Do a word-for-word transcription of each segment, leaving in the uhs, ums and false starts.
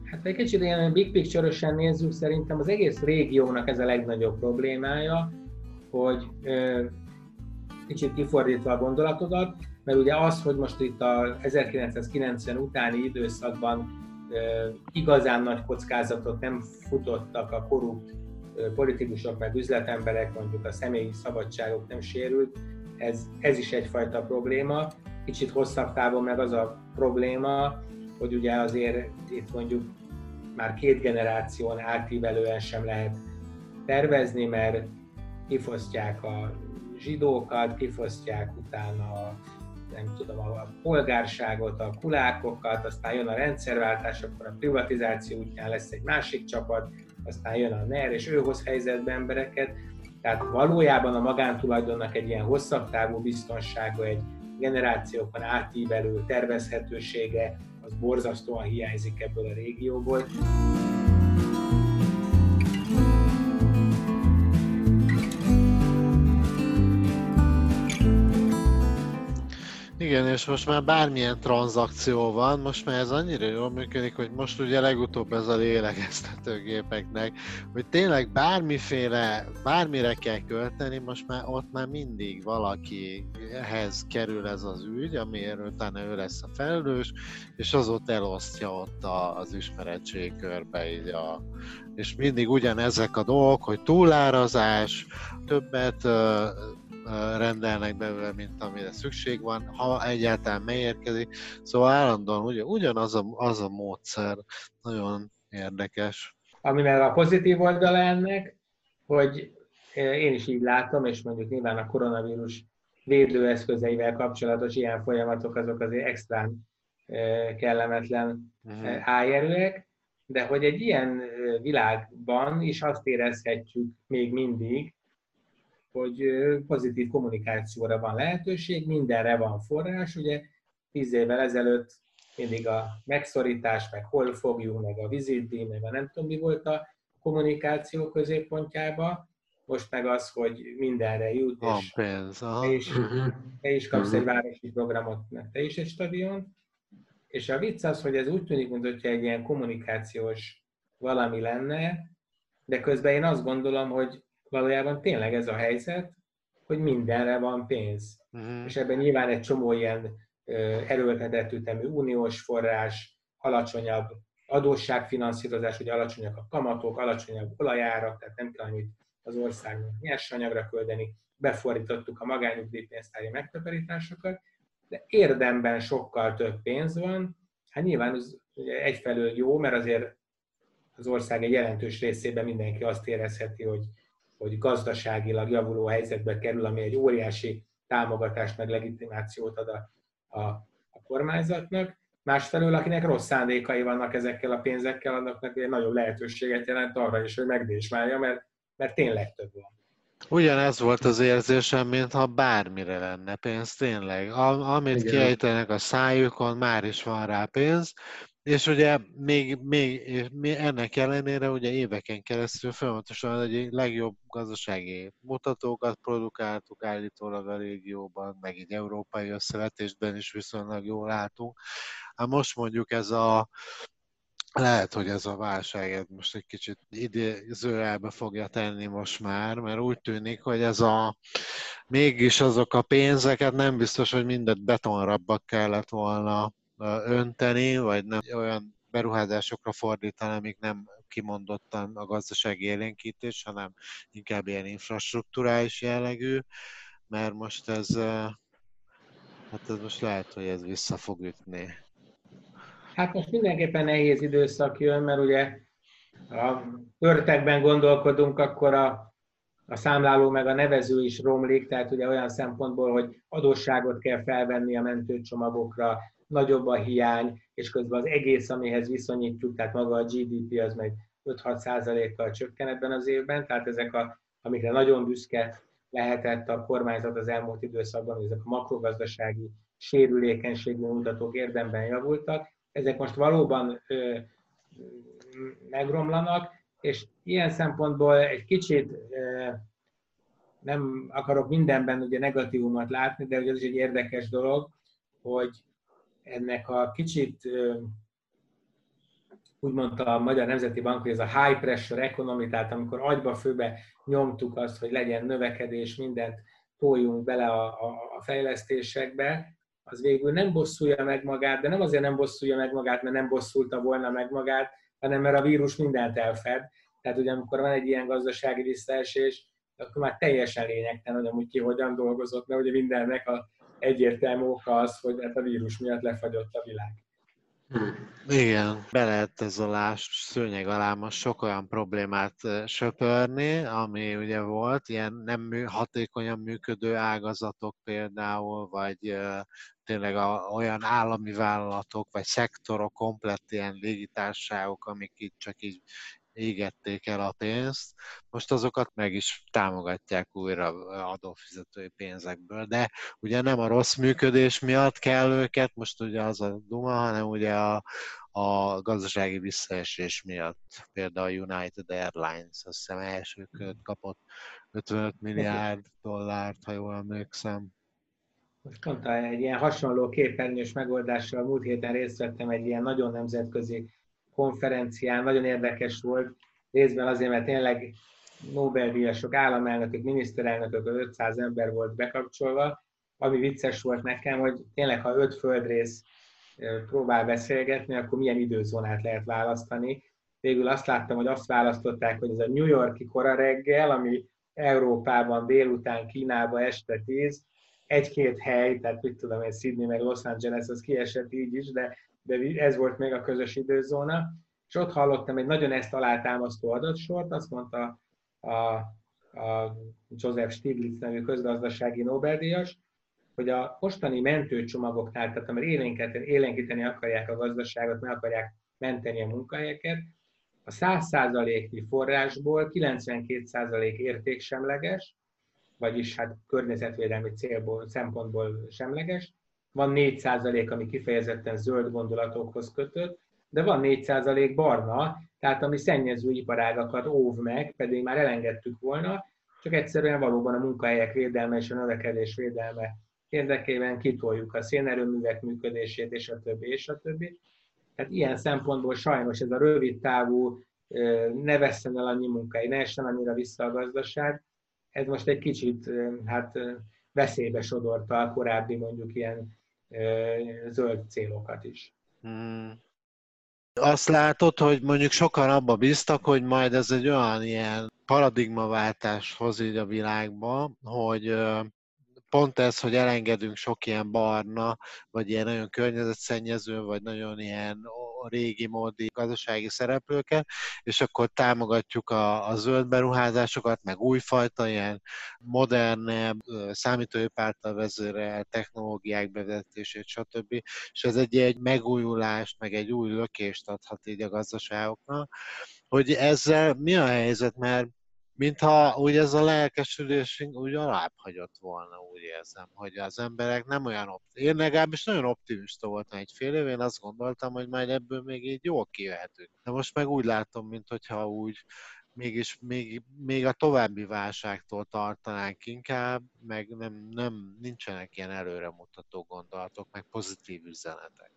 Hát egy kicsit ilyen big picture-ösen nézzük, szerintem az egész régiónak ez a legnagyobb problémája, hogy ö, kicsit kifordítva a gondolatodat, mert ugye az, hogy most itt a ezerkilencszázkilencven utáni időszakban ö, igazán nagy kockázatot nem futottak a korrupt ö, politikusok, meg üzletemberek, mondjuk a személyi szabadságok nem sérült, ez, ez is egyfajta probléma. Kicsit hosszabb távon meg az a probléma, hogy ugye azért itt mondjuk már két generáción átívelően sem lehet tervezni, mert kifosztják a zsidókat, kifosztják utána nem tudom, a polgárságot, a kulákokat, aztán jön a rendszerváltás, akkor a privatizáció útján lesz egy másik csapat, aztán jön a NER, és ő hoz helyzetbe embereket. Tehát valójában a magántulajdonnak egy ilyen hosszabb távú biztonsága, egy generációkon átívelő tervezhetősége, az borzasztóan hiányzik ebből a régióból. Igen, és most már bármilyen tranzakció van, most már ez annyira jól működik, hogy most ugye legutóbb ez a lélegeztetőgépeknek, hogy tényleg bármiféle, bármire kell költeni, most már ott már mindig valakihez kerül ez az ügy, amiért utána ő lesz a felelős, és az ott elosztja ott a, az ismeretségkörbe így a... És mindig ugyanezek a dolgok, hogy túlárazás, többet rendelnek belőle, mint amire szükség van, ha egyáltalán megérkezik. Szóval állandóan ugye, ugyanaz a, az a módszer, nagyon érdekes. Ami meg a pozitív oldala ennek, hogy én is így látom, és mondjuk nyilván a koronavírus védőeszközeivel kapcsolatos ilyen folyamatok azok azért extrán kellemetlen uh-huh. ájjerőek, de hogy egy ilyen világban is azt érezhetjük még mindig, hogy pozitív kommunikációra van lehetőség, mindenre van forrás. Ugye tíz évvel ezelőtt mindig a megszorítás, meg hol fogjuk, meg a vizitdíj, meg a nem tudom mi volt a kommunikáció középpontjába. Most meg az, hogy mindenre jut, van és pénz, te is, te is kapsz egy városi programot, meg te is egy stadion. És a vicc az, hogy ez úgy tűnik, mintha egy ilyen kommunikációs valami lenne, de közben én azt gondolom, hogy valójában tényleg ez a helyzet, hogy mindenre van pénz. Uh-huh. És ebben nyilván egy csomó ilyen erőltetett ütemű uniós forrás, alacsonyabb adósságfinanszírozás, hogy alacsonyak a kamatok, alacsonyabb olajárak, tehát nem kell annyit az országnak nyersanyagra küldeni, befordítottuk a magányugdíjpénztári megtakarításokat, de érdemben sokkal több pénz van. Hát nyilván ez ugye egyfelől jó, mert azért az ország egy jelentős részében mindenki azt érezheti, hogy hogy gazdaságilag javuló helyzetbe kerül, ami egy óriási támogatást, meg legitimációt ad a, a, a kormányzatnak. Másfelől, akinek rossz szándékai vannak ezekkel a pénzekkel, annak egy nagyobb lehetőséget jelent arra is, hogy megdésmálja, mert, mert tényleg több van. Ugyanez volt az érzésem, mintha bármire lenne pénz, tényleg. Amit kiejtenek a szájukon, már is van rá pénz. És ugye még, még, még ennek ellenére ugye éveken keresztül folyamatosan egy legjobb gazdasági mutatókat produkáltuk állítólag a régióban, meg egy európai összevetésben is viszonylag jól látunk. Hát most mondjuk ez a, lehet, hogy ez a válság most egy kicsit idézőjelbe fogja tenni most már, mert úgy tűnik, hogy ez a, mégis azok a pénzeket nem biztos, hogy mindet betonrabbak kellett volna önteni, vagy nem olyan beruházásokra fordítani, amik nem kimondottan a gazdasági élénkítés, hanem inkább ilyen infrastrukturális jellegű, mert most ez, hát ez most lehet, hogy ez vissza fog ütni. Hát most mindenképpen nehéz időszak jön, mert ugye ha pörtekben gondolkodunk, akkor a, a számláló meg a nevező is romlik, tehát ugye olyan szempontból, hogy adósságot kell felvenni a mentőcsomagokra, nagyobb a hiány, és közben az egész, amihez viszonyítjuk, tehát maga a gé dé pé az meg öt-hat százalékkal csökken ebben az évben, tehát ezek, a, amikre nagyon büszke lehetett a kormányzat az elmúlt időszakban, ezek a makrogazdasági sérülékenységi mutatók érdemben javultak, ezek most valóban ö, megromlanak, és ilyen szempontból egy kicsit ö, nem akarok mindenben ugye negatívumot látni, de ugye ez is egy érdekes dolog, hogy ennek a kicsit úgy mondta a Magyar Nemzeti Bank, hogy ez a high pressure economy, tehát amikor agyba főbe nyomtuk azt, hogy legyen növekedés, mindent toljunk bele a, a, a fejlesztésekbe, az végül nem bosszulja meg magát, de nem azért nem bosszulja meg magát, mert nem bosszulta volna meg magát, hanem mert a vírus mindent elfed. Tehát ugye amikor van egy ilyen gazdasági visszaesés, akkor már teljesen lényegtelen, hogy amúgy ki hogyan dolgozott, mert ugye mindennek a egyértelmű oka az, hogy hát a vírus miatt lefagyott a világ. Igen, be lehet ez alá, szőnyeg alá most sok olyan problémát söpörni, ami ugye volt, ilyen nem mű, hatékonyan működő ágazatok például, vagy uh, tényleg a, olyan állami vállalatok, vagy szektorok, komplett ilyen légitársaságok, amik itt csak így égették el a pénzt, most azokat meg is támogatják újra adófizetői pénzekből, de ugye nem a rossz működés miatt kell őket, most ugye az a duma, hanem ugye a, a gazdasági visszaesés miatt. Például a United Airlines, azt hiszem első kört kapott ötvenöt milliárd dollárt, ha jól emlékszem. Most mondta, egy ilyen hasonló képernyős megoldással múlt héten részt vettem egy ilyen nagyon nemzetközi konferencián, nagyon érdekes volt, részben azért, mert tényleg Nobel-díjasok, államelnökök, miniszterelnökök, ötszáz ember volt bekapcsolva, ami vicces volt nekem, hogy tényleg, ha öt földrész próbál beszélgetni, akkor milyen időzónát lehet választani. Végül azt láttam, hogy azt választották, hogy ez a New Yorki kora reggel, ami Európában délután, Kínában este tíz, egy-két hely, tehát mit tudom én, Sydney meg Los Angeles, az kiesett így is, de, de ez volt még a közös időzóna. És ott hallottam egy nagyon ezt alátámasztó adatsort, azt mondta a, a Joseph Stiglitz nevű közgazdasági Nobel-díjas, hogy a mostani mentőcsomagoknál, tehát amely élénkíteni, élénkíteni akarják a gazdaságot, meg akarják menteni a munkahelyeket, a száz százaléknyi forrásból kilencvenkét százalék értéksemleges, vagyis hát környezetvédelmi célból, szempontból semleges, van négy százalék, ami kifejezetten zöld gondolatokhoz kötött, de van négy százalék barna, tehát ami szennyező iparágakat óv meg, pedig már elengedtük volna, csak egyszerűen valóban a munkahelyek védelme és a növekedés védelme érdekében kitoljuk a szénerőművek működését, és a többi, és a többi. Tehát ilyen szempontból sajnos ez a rövid távú, ne vesszen el annyi munkahely, ne essen annyira vissza a gazdaság, ez most egy kicsit hát, veszélybe sodorta a korábbi mondjuk ilyen zöld célokat is. Hmm. Azt látod, hogy mondjuk sokan abba bíztak, hogy majd ez egy olyan ilyen paradigmaváltás hoz így a világba, hogy pont ez, hogy elengedünk sok ilyen barna, vagy ilyen nagyon környezetszennyező, vagy nagyon ilyen régi módi gazdasági szereplőket, és akkor támogatjuk a, a zöld beruházásokat, meg újfajta ilyen modernebb, számítógép által vezérelt technológiák bevezetését, stb. És ez egy, egy megújulást, meg egy új lökést adhat így a gazdaságoknak. Hogy ezzel mi a helyzet, mert mintha úgy ez a lelkesülésünk úgy alább hagyott volna, úgy érzem, hogy az emberek nem olyan optimista. Én legalábbis nagyon optimista voltam egy fél év, én azt gondoltam, hogy majd ebből még így jól kijöhetünk. De most meg úgy látom, mintha úgy mégis még, még a további válságtól tartanánk inkább, meg nem, nem, nincsenek ilyen előremutató gondolatok, meg pozitív üzenetek.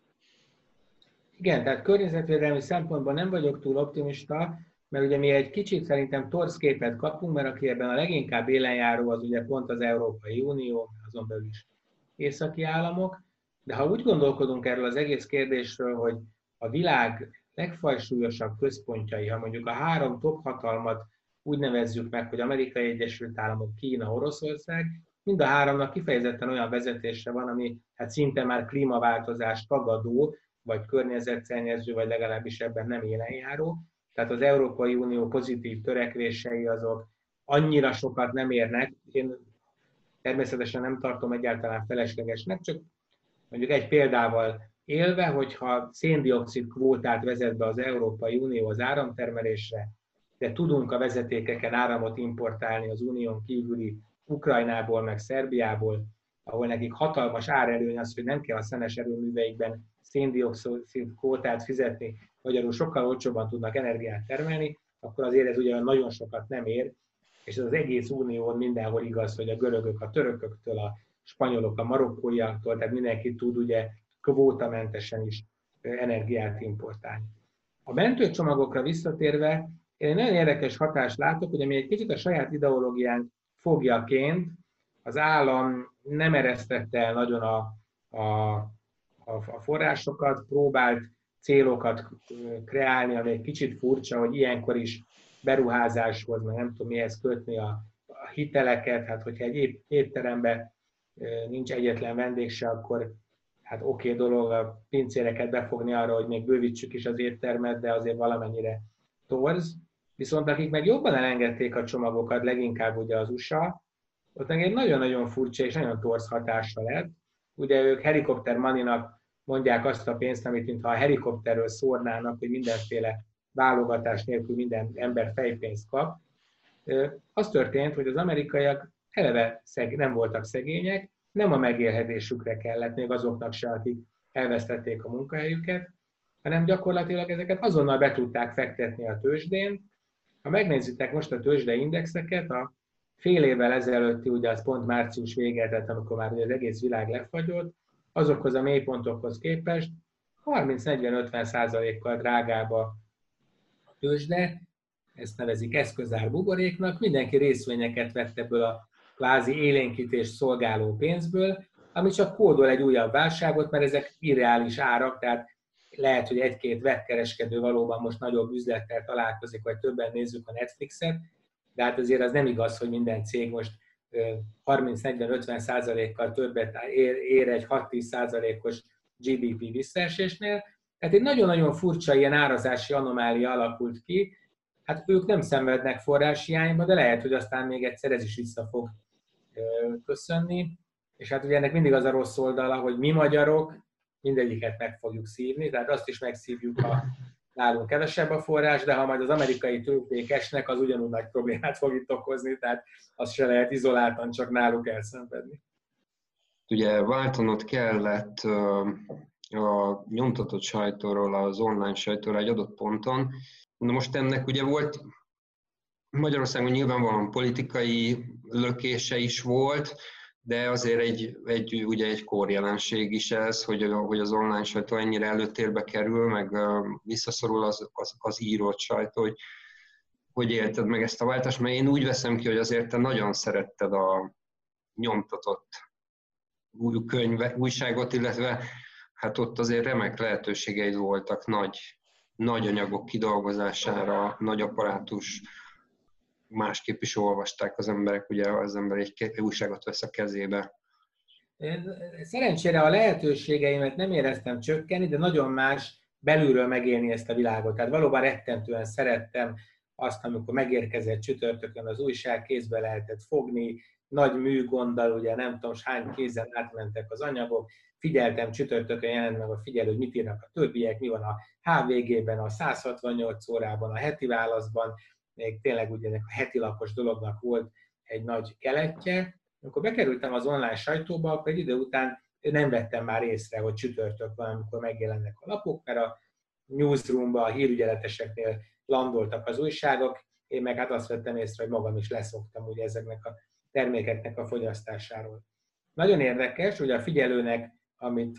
Igen, tehát környezetvédelmi szempontból nem vagyok túl optimista, mert ugye mi egy kicsit szerintem torz képet kapunk, mert aki ebben a leginkább élenjáró, az ugye pont az Európai Unió, azon belül is északi államok, de ha úgy gondolkodunk erről az egész kérdésről, hogy a világ legfajsúlyosabb központjai, ha mondjuk a három top hatalmat úgy nevezzük meg, hogy Amerikai Egyesült Államok, Kína, Oroszország, mind a háromnak kifejezetten olyan vezetése van, ami hát szinte már klímaváltozás tagadó, vagy környezetszennyező, vagy legalábbis ebben nem élenjáró. Tehát az Európai Unió pozitív törekvései azok annyira sokat nem érnek. Én természetesen nem tartom egyáltalán feleslegesnek, csak mondjuk egy példával élve, hogyha szén-dioxid kvótát vezet be az Európai Unió az áramtermelésre, de tudunk a vezetékeken áramot importálni az unión kívüli Ukrajnából, meg Szerbiából, ahol nekik hatalmas árelőny az, hogy nem kell a szenes erőműveikben szén-dioxid kvótát fizetni, magyarul sokkal olcsóbban tudnak energiát termelni, akkor azért ez ugye nagyon sokat nem ér, és ez az egész unión mindenhol igaz, hogy a görögök a törököktől, a spanyolok a marokkóiaktól, tehát mindenki tud ugye kvótamentesen is energiát importálni. A mentőcsomagokra visszatérve, én egy nagyon érdekes hatást látok, hogy ami egy kicsit a saját ideológiánk fogjaként az állam nem eresztette el nagyon a, a, a forrásokat, próbált célokat kreálni, ami egy kicsit furcsa, hogy ilyenkor is beruházáshoz, meg nem tudom mihez kötni a, a hiteleket, hát hogyha egy étteremben nincs egyetlen vendég se, akkor hát oké okay dolog a pincéreket befogni arra, hogy még bővítsük is az éttermet, de azért valamennyire torz. Viszont akik meg jobban elengedték a csomagokat, leginkább ugye az u es á, ott meg egy nagyon-nagyon furcsa és nagyon torz hatása lett. Ugye ők helikopter money-nak mondják azt a pénzt, amit mintha a helikopterről szórnának, hogy mindenféle válogatás nélkül minden ember fejpénzt kap. Az történt, hogy az amerikaiak eleve szeg- nem voltak szegények, nem a megélhetésükre kellett, még azoknak se, akik elvesztették a munkahelyüket, hanem gyakorlatilag ezeket azonnal be tudták fektetni a tőzsdén. Ha megnézitek most a tőzsdeindexeket, a fél évvel ezelőtti, ugye az pont március vége, tehát amikor már ugye az egész világ lefagyott, azokhoz a mélypontokhoz képest harminc-negyven-ötven százalékkal drágább a tőzsde, ezt nevezik eszközár buboréknak, mindenki részvényeket vett ebből a kvázi élénkítést szolgáló pénzből, ami csak kódol egy újabb válságot, mert ezek irreális árak, tehát lehet, hogy egy-két vettkereskedő valóban most nagyobb üzlettel találkozik, vagy többen nézzük a Netflixet, de hát azért az nem igaz, hogy minden cég most harminc-negyven-ötven százalékkal többet ér, ér egy hat-tíz százalékos gé dé pé visszaesésnél. Tehát egy nagyon-nagyon furcsa ilyen árazási anomália alakult ki. Hát ők nem szenvednek forráshiányba, de lehet, hogy aztán még egyszer ez is vissza fog köszönni. És hát ugye ennek mindig az a rossz oldala, hogy mi magyarok mindegyiket meg fogjuk szívni, tehát azt is megszívjuk, ha nálunk kevesebb a forrás, de ha majd az amerikai tőzsdék esnek, az ugyanúgy nagy problémát fog itt okozni, tehát azt se lehet izoláltan csak náluk elszenvedni. Ugye váltanod kellett a nyomtatott sajtóról az online sajtóra egy adott ponton. Na most ennek ugye volt Magyarországon nyilvánvalóan politikai lökése is volt, de azért egy, egy, ugye egy kórjelenség is ez, hogy, hogy az online sajtó ennyire előtérbe kerül, meg visszaszorul az, az, az írott sajtó, hogy hogy élted meg ezt a váltást, mert én úgy veszem ki, hogy azért te nagyon szeretted a nyomtatott könyv, újságot, illetve hát ott azért remek lehetőségeid voltak nagy, nagy anyagok kidolgozására, nagy apparátus, másképp is olvasták az emberek, ugye az ember egy újságot vesz a kezébe. Szerencsére a lehetőségeimet nem éreztem csökkenni, de nagyon más belülről megélni ezt a világot. Tehát valóban rettentően szerettem azt, amikor megérkezett csütörtökön az újság, kézbe lehetett fogni, nagy műgonddal, ugye nem tudom, hány kézen átmentek az anyagok, figyeltem, csütörtökön jelent meg a figyelő, hogy mit írnak a többiek, mi van a há vé gében, a száz hatvannyolc órában, a heti válaszban, még tényleg ugye a heti lapos dolognak volt egy nagy keletje. Amikor bekerültem az online sajtóba, akkor egy idő után nem vettem már észre, hogy csütörtök van, amikor megjelennek a lapok, mert a newsroomba, a hírügyeleteseknél landoltak az újságok, én meg hát azt vettem észre, hogy magam is leszoktam ugye ezeknek a termékeknek a fogyasztásáról. Nagyon érdekes, hogy a figyelőnek, amit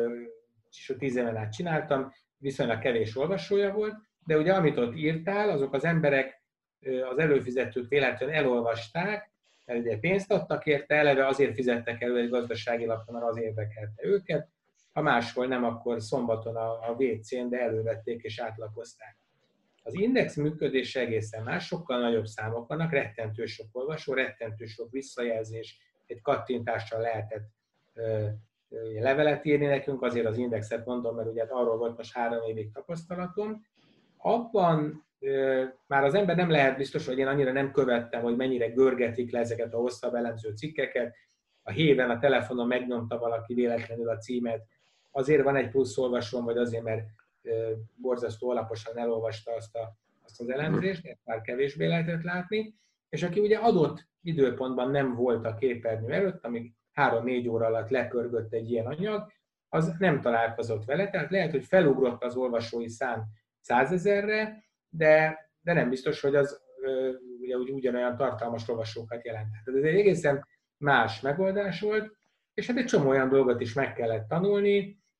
is tíz éven át csináltam, viszonylag kevés olvasója volt, de ugye amit ott írtál, azok az emberek, az előfizetők véletlenül elolvasták, mert ugye pénzt adtak érte, eleve azért fizettek elő egy gazdasági lapra, mert az érdekelte őket, ha máshol nem, akkor szombaton a, a vé cén, de elővették és átlapozták. Az Index működése egészen más, sokkal nagyobb számok vannak, rettentő sok olvasó, rettentő sok visszajelzés, egy kattintással lehetett ö, ö, levelet írni nekünk, azért az Indexet mondom, mert ugye arról volt most három évig tapasztalatom. Abban ö, már az ember nem lehet biztos, hogy én annyira nem követtem, hogy mennyire görgetik le ezeket a hosszabb elemző cikkeket. A héven a telefonon megnyomta valaki véletlenül a címet, azért van egy plusz olvasóm, vagy azért, mert borzasztó alaposan elolvasta azt, a, azt az elemzést, ezt már kevésbé lehetett látni, és aki ugye adott időpontban nem volt a képernyő előtt, amíg három-négy óra alatt lepörgött egy ilyen anyag, az nem találkozott vele, tehát lehet, hogy felugrott az olvasói szám százezerre, de, de nem biztos, hogy az ugye ugyanolyan tartalmas olvasókat jelentett. Ez egy egészen más megoldás volt, és hát egy csomó olyan dolgot is meg kellett tanulni,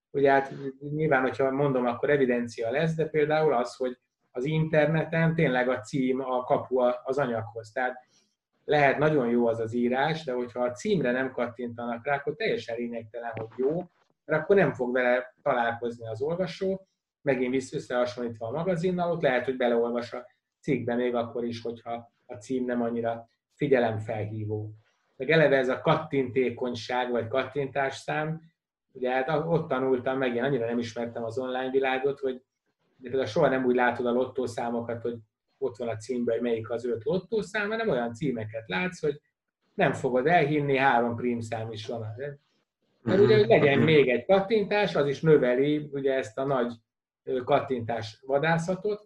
ugye hát nyilván, hogyha mondom, akkor evidencia lesz, de például az, hogy az interneten tényleg a cím a kapu az anyaghoz. Tehát lehet nagyon jó az az írás, de hogyha a címre nem kattintanak rá, akkor teljesen lényegtelen, hogy jó, mert akkor nem fog vele találkozni az olvasó, megint vissza összehasonlítva a magazinnal, ott lehet, hogy beleolvas a cikkbe még akkor is, hogyha a cím nem annyira figyelemfelhívó. Meg eleve ez a kattintékonyság, vagy kattintásszám, ugye hát ott tanultam meg, én annyira nem ismertem az online világot, hogy de például soha nem úgy látod a lottószámokat, hogy ott van a címben, hogy melyik az öt lottószám, hanem olyan címeket látsz, hogy nem fogod elhinni, három prímszám is van. Mert ugye, hogy legyen még egy kattintás, az is növeli ugye ezt a nagy kattintás vadászatot.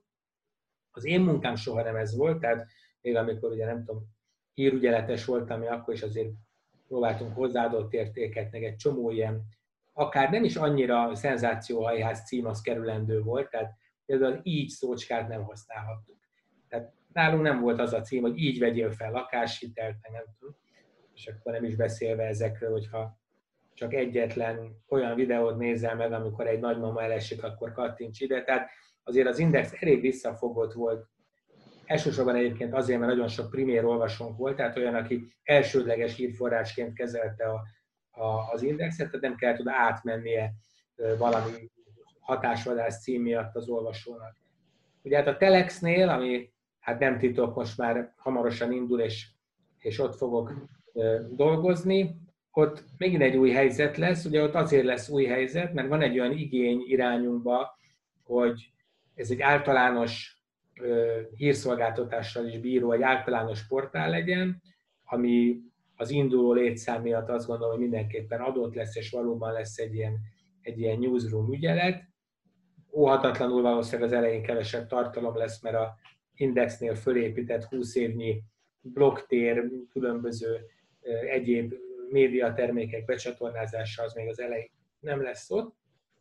Az én munkám soha nem ez volt, tehát még amikor ugye nem tudom, hírügyeletes voltam, mi akkor is azért próbáltunk hozzáadott értéket, meg egy csomó ilyen, akár nem is annyira szenzációhajház cím az kerülendő volt, tehát például az így szócskát nem használhattuk. Tehát nálunk nem volt az a cím, hogy így vegyél fel lakáshitelt, nem tudom, és akkor nem is beszélve ezekről, hogyha csak egyetlen olyan videót nézel meg, amikor egy nagymama elesik, akkor kattints ide. Tehát azért az Index elég visszafogott volt. Elsősorban egyébként azért, mert nagyon sok primér olvasónk volt, tehát olyan, aki elsődleges hírforrásként kezelte a, a, az Indexet, tehát nem kellett oda átmennie valami hatásvadász cím miatt az olvasónak. Ugye hát a Telexnél, ami hát nem titok, most már hamarosan indul, és, és ott fogok dolgozni, ott megint egy új helyzet lesz, ugye ott azért lesz új helyzet, mert van egy olyan igény irányunkba, hogy ez egy általános ö, hírszolgáltatással is bíró, egy általános portál legyen, ami az induló létszám miatt azt gondolom, hogy mindenképpen adott lesz, és valóban lesz egy ilyen, egy ilyen newsroom ügyelet. Óhatatlanul valószínűleg az elején kevesebb tartalom lesz, mert a Indexnél fölépített húsz évnyi blogtér, különböző ö, egyéb médiatermékek becsatornázása az még az elején nem lesz ott.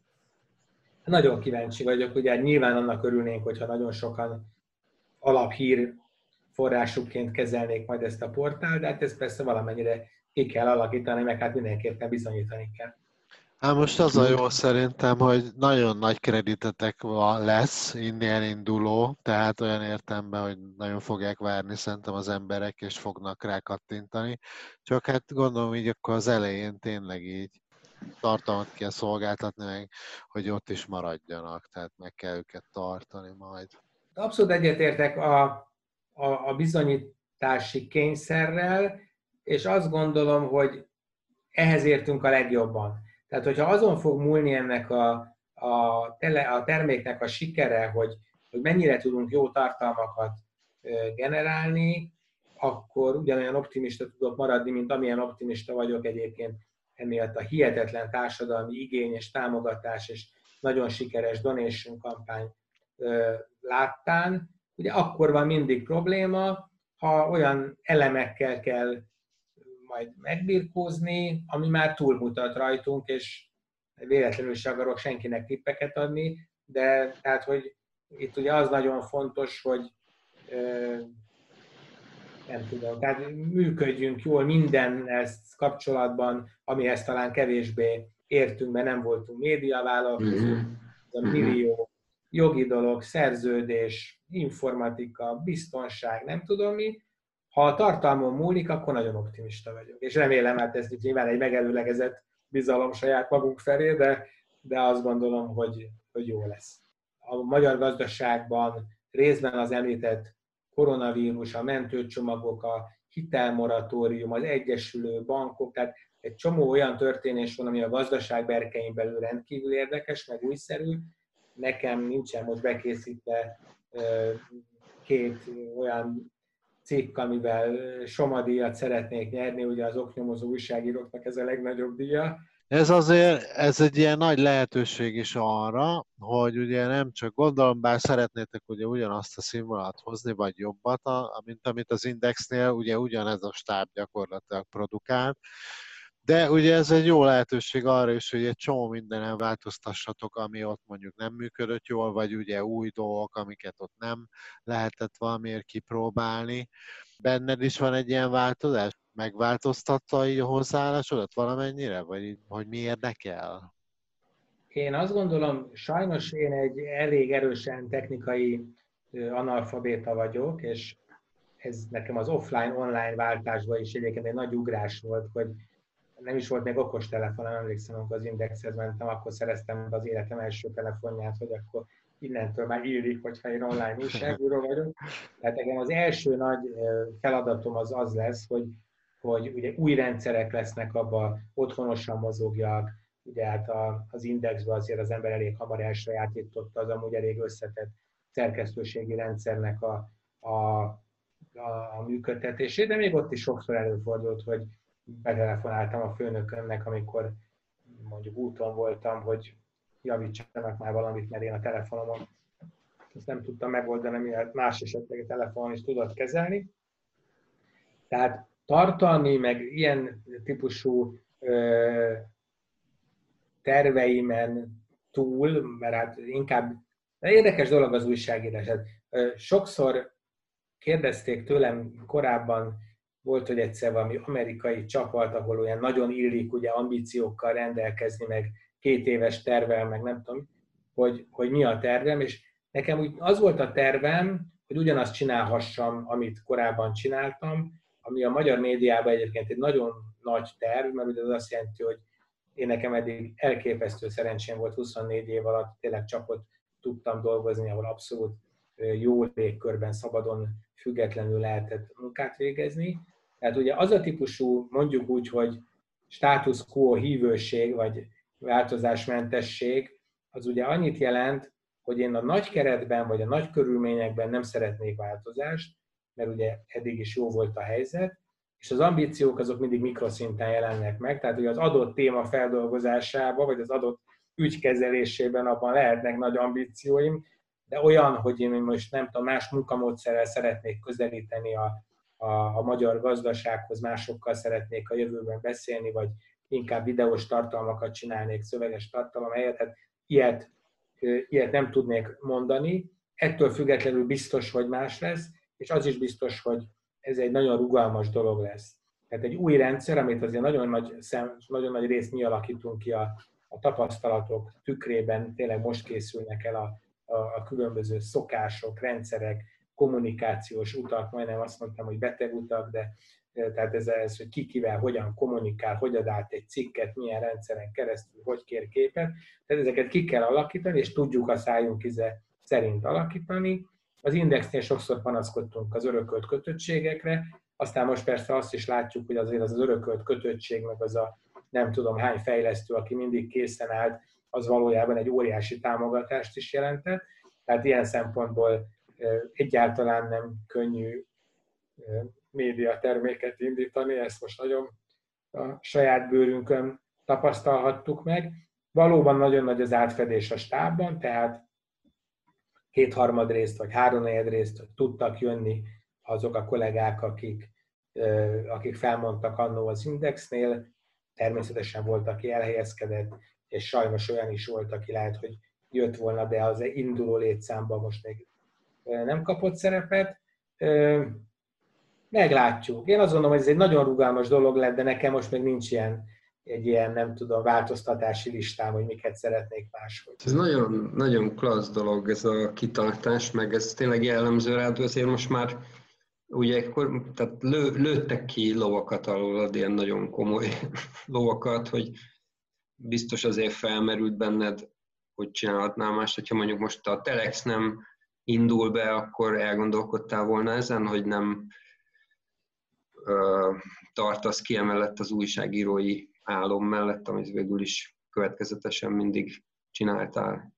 Nagyon kíváncsi vagyok, ugye nyilván annak örülnénk, hogyha nagyon sokan alaphír forrásukként kezelnék majd ezt a portált, de hát ezt persze valamennyire ki kell alakítani, meg hát mindenképpen bizonyítani kell. Hát most az a jó szerintem, hogy nagyon nagy kreditetek lesz innen induló, tehát olyan értelemben, hogy nagyon fogják várni szerintem az emberek, és fognak rá kattintani. Csak hát gondolom így akkor az elején tényleg így tartalmat kell szolgáltatni, meg, hogy ott is maradjanak, tehát meg kell őket tartani majd. Abszolút egyetértek a, a, a bizonyítási kényszerrel, és azt gondolom, hogy ehhez értünk a legjobban. Tehát, hogyha azon fog múlni ennek a, a, tele, a terméknek a sikere, hogy, hogy mennyire tudunk jó tartalmakat generálni, akkor ugyanolyan optimista tudok maradni, mint amilyen optimista vagyok egyébként emiatt a hihetetlen társadalmi igény és támogatás és nagyon sikeres donation kampány láttán. Ugye akkor van mindig probléma, ha olyan elemekkel kell majd megbirkózni, ami már túlmutat rajtunk, és véletlenül se akarok senkinek tippeket adni, de tehát, hogy itt ugye az nagyon fontos, hogy nem tudom, tehát működjünk jól mindennel kapcsolatban, amihez talán kevésbé értünk, mert nem voltunk médiavállalkozók, a millió jogi dolog, szerződés, informatika, biztonság, nem tudom mi. Ha a tartalmon múlik, akkor nagyon optimista vagyok. És remélem, hát ez nyilván egy megelőlegezett bizalom saját magunk felé, de, de azt gondolom, hogy, hogy jó lesz. A magyar gazdaságban részben az említett koronavírus, a mentőcsomagok, a hitelmoratórium, az egyesülő bankok, tehát egy csomó olyan történés van, ami a gazdaság berkein belül rendkívül érdekes, meg újszerű. Nekem nincsen most bekészítve két olyan cikk, amivel Soma-díjat szeretnék nyerni, ugye az oknyomozó újságíróknak ez a legnagyobb díja. Ez azért, ez egy ilyen nagy lehetőség is arra, hogy ugye nem csak gondolom, bár szeretnétek ugye ugyanazt a színvonalat hozni, vagy jobbat, mint amit az Indexnél, ugye ugyanez a stáb gyakorlatilag produkál, de ugye ez egy jó lehetőség arra is, hogy egy csomó mindenen változtassatok, ami ott mondjuk nem működött jól, vagy ugye új dolgok, amiket ott nem lehetett valamiért kipróbálni. Benned is van egy ilyen változás? Megváltoztatta így a hozzáállásodat valamennyire? Vagy hogy mi érdekel? Én azt gondolom, sajnos én egy elég erősen technikai analfabéta vagyok, és ez nekem az offline-online váltásban is egyébként egy nagy ugrás volt, hogy nem is volt még okostelefon, nem emlékszem, amikor az Indexhez mentem, akkor szereztem az életem első telefonját, hogy akkor innentől már illik, hogyha én online újságíró vagyok. Tehát nekem az első nagy feladatom az az lesz, hogy, hogy ugye új rendszerek lesznek abban, otthonosan mozogjak, ugye hát az Indexben azért az ember elég hamar elsajátította az amúgy elég összetett szerkesztőségi rendszernek a, a, a, a működtetését, de még ott is sokszor előfordult, hogy betelefonáltam a főnökömnek, amikor mondjuk úton voltam, hogy javítsanak már valamit, mert én a telefonomon ezt nem tudtam megoldani, miért más esetleg a telefonon is tudott kezelni. Tehát tartalmi, meg ilyen típusú ö, terveimen túl, mert hát inkább érdekes dolog az újságírás. Hát, ö, sokszor kérdezték tőlem korábban, volt, hogy egyszer valami amerikai csapat, ahol olyan nagyon illik ugye ambíciókkal rendelkezni, meg két éves tervvel, meg nem tudom, hogy, hogy mi a tervem, és nekem úgy az volt a tervem, hogy ugyanazt csinálhassam, amit korábban csináltam, ami a magyar médiában egyébként egy nagyon nagy terv, mert ugye az azt jelenti, hogy én nekem eddig elképesztő szerencsém volt huszonnégy év alatt, tényleg csapot tudtam dolgozni, ahol abszolút jó légkörben, szabadon, függetlenül lehetett munkát végezni. Tehát ugye az a típusú, mondjuk úgy, hogy status quo hívőség, vagy változásmentesség, az ugye annyit jelent, hogy én a nagy keretben, vagy a nagy körülményekben nem szeretnék változást, mert ugye eddig is jó volt a helyzet, és az ambíciók azok mindig mikroszinten jelennek meg, tehát ugye az adott téma feldolgozásában, vagy az adott ügykezelésében abban lehetnek nagy ambícióim, de olyan, hogy én most nem tudom, más munkamódszerrel szeretnék közelíteni a, a, a magyar gazdasághoz, másokkal szeretnék a jövőben beszélni, vagy inkább videós tartalmakat csinálnék szöveges tartalom helyett, hát ilyet, ilyet nem tudnék mondani. Ettől függetlenül biztos, hogy más lesz, és az is biztos, hogy ez egy nagyon rugalmas dolog lesz. Tehát egy új rendszer, amit azért nagyon nagy, szem, nagyon nagy részt mi alakítunk ki a, a tapasztalatok tükrében, tényleg most készülnek el a, a, a különböző szokások, rendszerek, kommunikációs utak, majdnem azt mondtam, hogy betegutak, de tehát ez, ez, hogy ki kivel, hogyan kommunikál, hogy ad át egy cikket, milyen rendszeren keresztül, hogy kér képet. Tehát ezeket ki kell alakítani, és tudjuk a szájunk íze szerint alakítani. Az Indexnél sokszor panaszkodtunk az örökölt kötöttségekre, aztán most persze azt is látjuk, hogy azért az, az örökölt kötöttség, meg az a nem tudom hány fejlesztő, aki mindig készen állt, az valójában egy óriási támogatást is jelentett. Tehát ilyen szempontból egyáltalán nem könnyű médiaterméket indítani, ezt most nagyon a saját bőrünkön tapasztalhattuk meg. Valóban nagyon nagy az átfedés a stábban, tehát kétharmad részt vagy háromnegyed részt tudtak jönni azok a kollégák, akik, akik felmondtak annó az Indexnél. Természetesen volt, aki elhelyezkedett, és sajnos olyan is volt, aki lehet, hogy jött volna, de az induló létszámban most még nem kapott szerepet. Meglátjuk. Én azt gondolom, hogy ez egy nagyon rugalmas dolog lett, de nekem most még nincs ilyen, egy ilyen, nem tudom, változtatási listám, hogy miket szeretnék máshogy. Ez nagyon, nagyon klassz dolog ez a kitartás, meg ez tényleg jellemző rád, azért most már ugye akkor, tehát lő, lőttek ki lovakat alólad, ilyen nagyon komoly lovakat, hogy biztos azért felmerült benned, hogy csinálhatnál mást, hogyha mondjuk most a Telex nem indul be, akkor elgondolkodtál volna ezen, hogy nem ö, tartasz ki emellett az újságírói álom mellett, amit végül is következetesen mindig csináltál?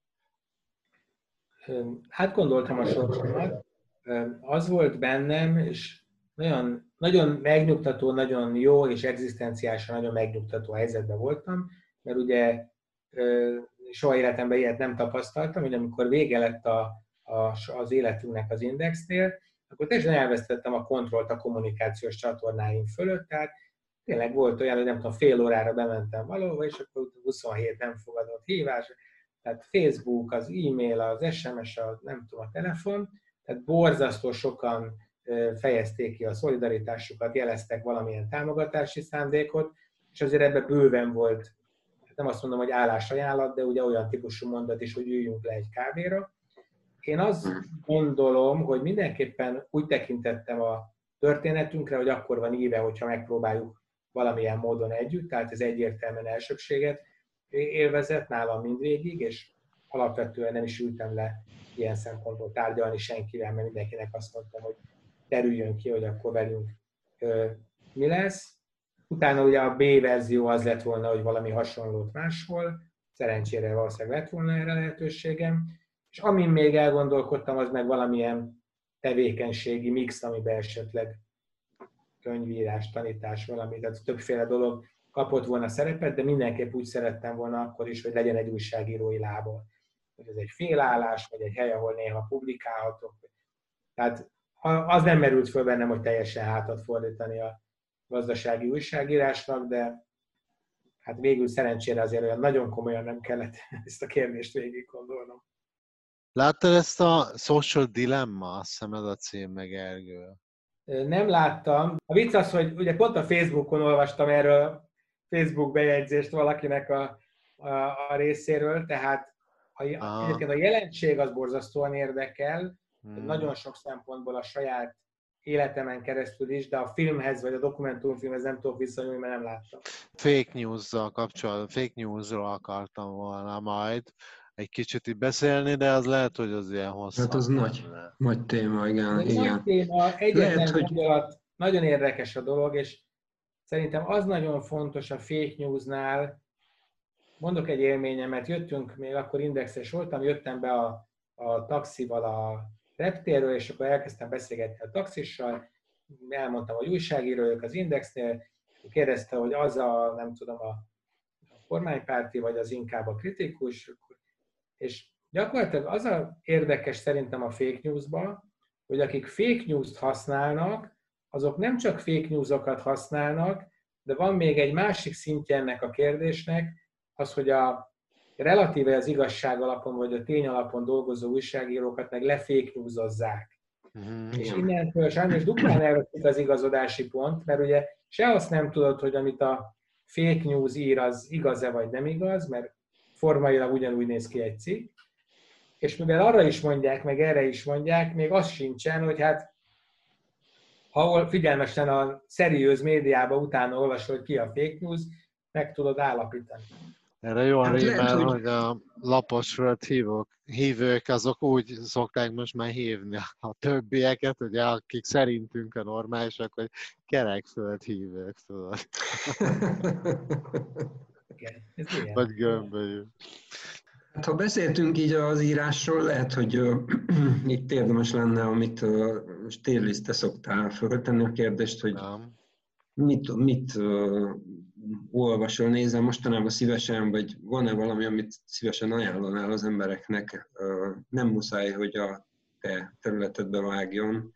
Hát gondoltam a sorsomat. Az volt bennem, és nagyon, nagyon megnyugtató, nagyon jó, és egzisztenciálisan nagyon megnyugtató helyzetben voltam, mert ugye soha életemben ilyet nem tapasztaltam, hogy amikor vége lett a, a, az életünknek az Indexnél, akkor teljesen elvesztettem a kontrollt a kommunikációs csatornáim fölött, tehát tényleg volt olyan, hogy nem tudom, fél órára bementem valahova, és akkor huszonhét nem fogadott hívás, tehát Facebook, az e-mail, az es em es, az nem tudom, a telefon, tehát borzasztó sokan fejezték ki a szolidaritásukat, jeleztek valamilyen támogatási szándékot, és azért ebben bőven volt nem azt mondom, hogy állásajánlat, de ugye olyan típusú mondat is, hogy üljünk le egy kávéra. Én azt gondolom, hogy mindenképpen úgy tekintettem a történetünkre, hogy akkor van íve, hogyha megpróbáljuk valamilyen módon együtt, tehát ez egyértelműen elsőbséget élvezett nálam mindvégig, és alapvetően nem is ültem le ilyen szempontból tárgyalni senkivel, mert mindenkinek azt mondtam, hogy terüljön ki, hogy akkor velünk ö, mi lesz. Utána ugye a B verzió az lett volna, hogy valami hasonlót máshol, szerencsére valószínűleg lett volna erre lehetőségem, és amin még elgondolkodtam, az meg valamilyen tevékenységi mix, amiben esetleg könyvírás, tanítás, valami, tehát többféle dolog kapott volna szerepet, de mindenképp úgy szerettem volna akkor is, hogy legyen egy újságírói lába. Hogy ez egy félállás, vagy egy hely, ahol néha publikálhatok. Tehát az nem merült föl bennem, hogy teljesen hátat fordítani a gazdasági újságírásnak, de hát végül szerencsére azért olyan nagyon komolyan nem kellett ezt a kérdést végig gondolnom. Láttad ezt a Social Dilemma, azt hiszem ez a cím, meg Gergő? Nem láttam. A vicc az, hogy ugye pont a Facebookon olvastam erről a Facebook bejegyzést valakinek a, a, a részéről, tehát a, egyébként a jelenség az borzasztóan érdekel, hmm. nagyon sok szempontból a saját életemen keresztül is, de a filmhez vagy a dokumentumfilmhez nem tudok viszonyulni, mert nem láttam. Fake news-zal kapcsolatban, fake news-ról akartam volna majd egy kicsit így beszélni, de az lehet, hogy az ilyen hosszú. Hát az nagy, nagy téma, igen. Ez igen. Nagy téma, egyetlen gondolat, hogy... nagyon érdekes a dolog, és szerintem az nagyon fontos a fake newsnál. Mondok egy élményemet, jöttünk, még akkor indexes voltam, jöttem be a, a taxival a reptérről, és akkor elkezdtem beszélgetni a taxissal, elmondtam, hogy újságíró vagyok az Indexnél, kérdezte, hogy az a, nem tudom, a, a kormánypárti, vagy az inkább a kritikus, és gyakorlatilag az a érdekes szerintem a fake newsban, hogy akik fake news-t használnak, azok nem csak fake news-okat használnak, de van még egy másik szintje ennek a kérdésnek, az, hogy a relatíve az igazság alapon, vagy a tény alapon dolgozó újságírókat meg lefake newsozzák. Mm, és igen. Innentől sajnos duplán elveszik az igazodási pont, mert ugye se azt nem tudod, hogy amit a fake news ír, az igaz-e vagy nem igaz, mert formailag ugyanúgy néz ki egy cikk, és mivel arra is mondják, meg erre is mondják, még az sincsen, hogy hát ha figyelmesen a szeriőz médiában utána olvasol, hogy ki a fake news, meg tudod állapítani. Erre jól hát rímel, lehet, hogy... hogy a laposföld hívók, hívők, azok úgy szokták most már hívni a többieket, ugye, akik szerintünk a normálisak, hogy kerekföld hívők, tudod. Igen, ez ilyen. Vagy gömbölyű. Hát, ha beszéltünk így az írásról, lehet, hogy uh, itt érdemes lenne, amit uh, Stirlitz, te szoktál föltenni a kérdést, hogy nem. mit, mit uh, olvasol, nézel mostanában szívesen, vagy van-e valami, amit szívesen ajánlanál az embereknek? Uh, nem muszáj, hogy a te területedbe vágjon,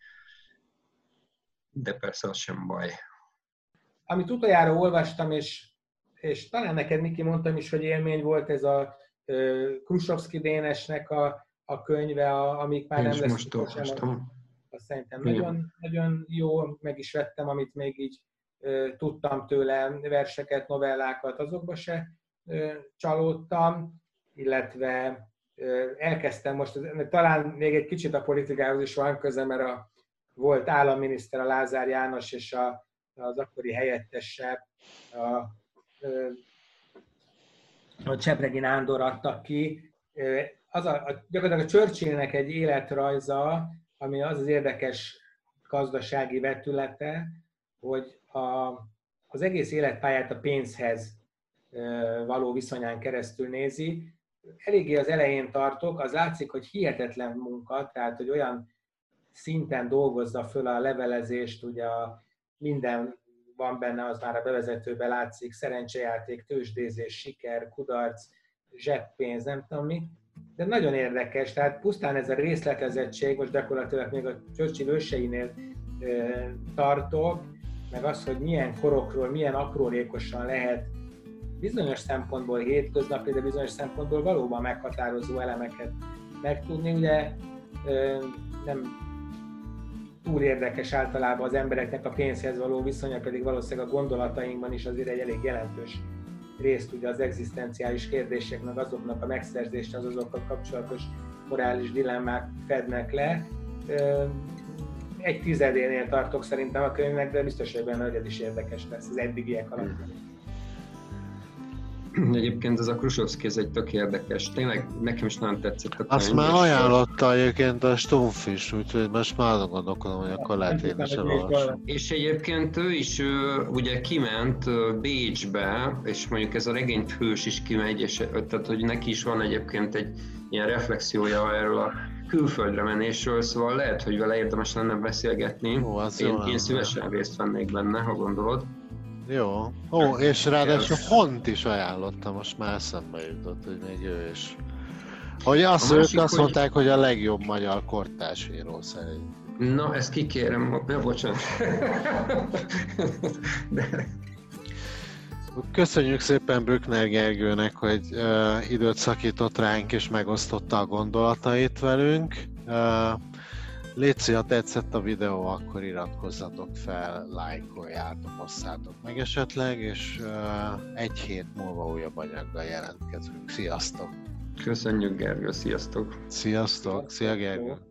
de persze az sem baj. Amit utoljára olvastam, és, és talán neked, Miki, mondtam is, hogy élmény volt ez a Krusovszki Dénesnek a, a könyve, a, amik már nem lesz. Most olvastam. Azt szerintem nagyon, nagyon jó, meg is vettem, amit még így uh, tudtam tőle, verseket, novellákat, azokba se uh, csalódtam, illetve uh, elkezdtem most, talán még egy kicsit a politikához is van köze, mert a volt államminiszter, a Lázár János és a, az akkori helyettese, a, uh, a Csepregi Nándor adtak ki. Az a, a, gyakorlatilag a Churchillnek egy életrajza, ami az az érdekes gazdasági vetülete, hogy a, az egész életpályát a pénzhez való viszonyán keresztül nézi. Eléggé az elején tartok, az látszik, hogy hihetetlen munka, tehát hogy olyan szinten dolgozza föl a levelezést, ugye a minden van benne, az már a bevezetőben látszik, szerencsejáték, tőzsdézés, siker, kudarc, zseppénz, nem tudom mi. De nagyon érdekes, tehát pusztán ez a részletezettség, most gyakorlatilag még a Churchill őseinél e, tartok, meg az, hogy milyen korokról, milyen aprólékosan lehet bizonyos szempontból hétköznapi, de bizonyos szempontból valóban meghatározó elemeket megtudni. Ugye e, nem túl érdekes általában az embereknek a pénzhez való viszonya, pedig valószínűleg a gondolatainkban is azért egy elég jelentős részt ugye az egzisztenciális kérdéseknek, azoknak a megszerzése, az azokkal kapcsolatos morális dilemmák fednek le. Egy tizedénél tartok szerintem a könyvnek, de biztos, hogy benne, hogy ez is érdekes lesz az eddigiek alapján. Egyébként ez a Krusovszki, ez egy tök érdekes. Tényleg nekem is nagyon tetszett a könyv. Azt már ajánlotta egyébként a Stumpf is, úgyhogy most már azon gondolkodom, hogy akkor lehet én is elolvasom. És egyébként ő is ő, ugye kiment Bécsbe, és mondjuk ez a regényt hős is kimegy, és tehát hogy neki is van egyébként egy ilyen reflexiója erről a külföldre menésről, szóval lehet, hogy vele érdemes lenne beszélgetni. Ó, az én, én szívesen részt vennék benne, ha gondolod. Jó. Ó, és ráadásul Hont is ajánlottam, most már eszembe jutott, hogy még ő is. Hogy azt, másik, ők azt hogy... mondták, hogy a legjobb magyar kortárs író szerint. Na, ezt kikérem, ja, bocsánat. De... Köszönjük szépen Brückner Gergőnek, hogy uh, időt szakított ránk és megosztotta a gondolatait velünk. Uh, Léci, ha tetszett a videó, akkor iratkozzatok fel, lájkoljátok, osszátok meg esetleg, és uh, egy hét múlva újabb anyaggal jelentkezünk. Sziasztok! Köszönjük, Gergő, sziasztok! Sziasztok! Szia, Gergő!